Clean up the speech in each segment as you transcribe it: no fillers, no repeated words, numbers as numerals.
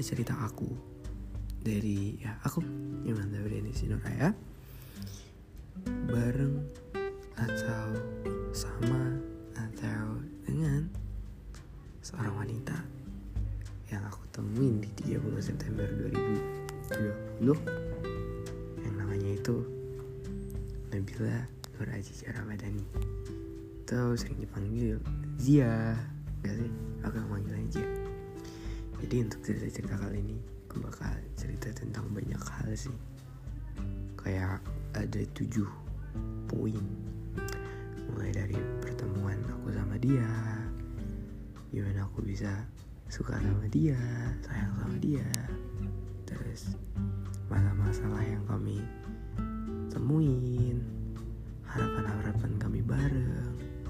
cerita aku dari aku Yamanda Brandisi Nuraya, bareng atau sama atau dengan seorang wanita yang aku temuin di 30 September 2020 yang namanya itu Nabila Nur Aziza Ramadhani, atau sering dipanggil Zia. Gak sih? Aku yang manggilnya Zia. Jadi untuk cerita-cerita kali ini aku bakal cerita tentang banyak hal sih. Kayak ada 7 poin. Mulai dari pertemuan aku sama dia, gimana aku bisa suka sama dia, sayang sama dia, terus masalah-masalah yang kami temuin, harapan-harapan kami bareng,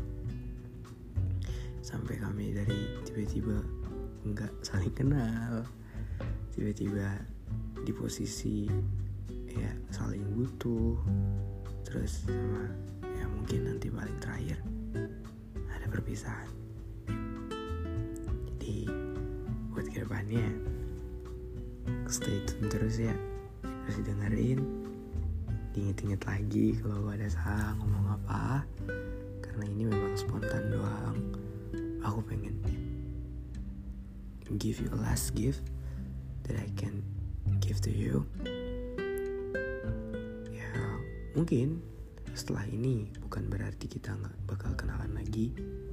sampai kami dari tiba-tiba nggak saling kenal, tiba-tiba di posisi saling butuh, terus sama mungkin nanti paling terakhir ada perpisahan. Jadi buat kedepannya stay tune terus ya, terus dengerin, diinget-inget lagi kalau gue ada salah ngomong apa, karena ini memang spontan doang. Aku pengen give you a last gift that I can give to you. Ya mungkin setelah ini bukan berarti kita gak bakal kenalan lagi,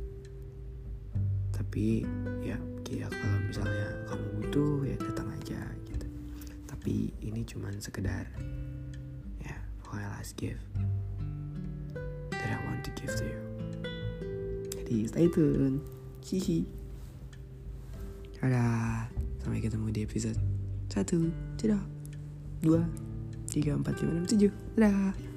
tapi ya kalau misalnya kamu butuh ya datang aja gitu. Tapi ini cuman sekedar last gift that I want to give to you. Jadi stay tune. Hihi. Dadah. Sampai ketemu di episode 1, 2, 3, 4, 5, 6, 7. Dadah.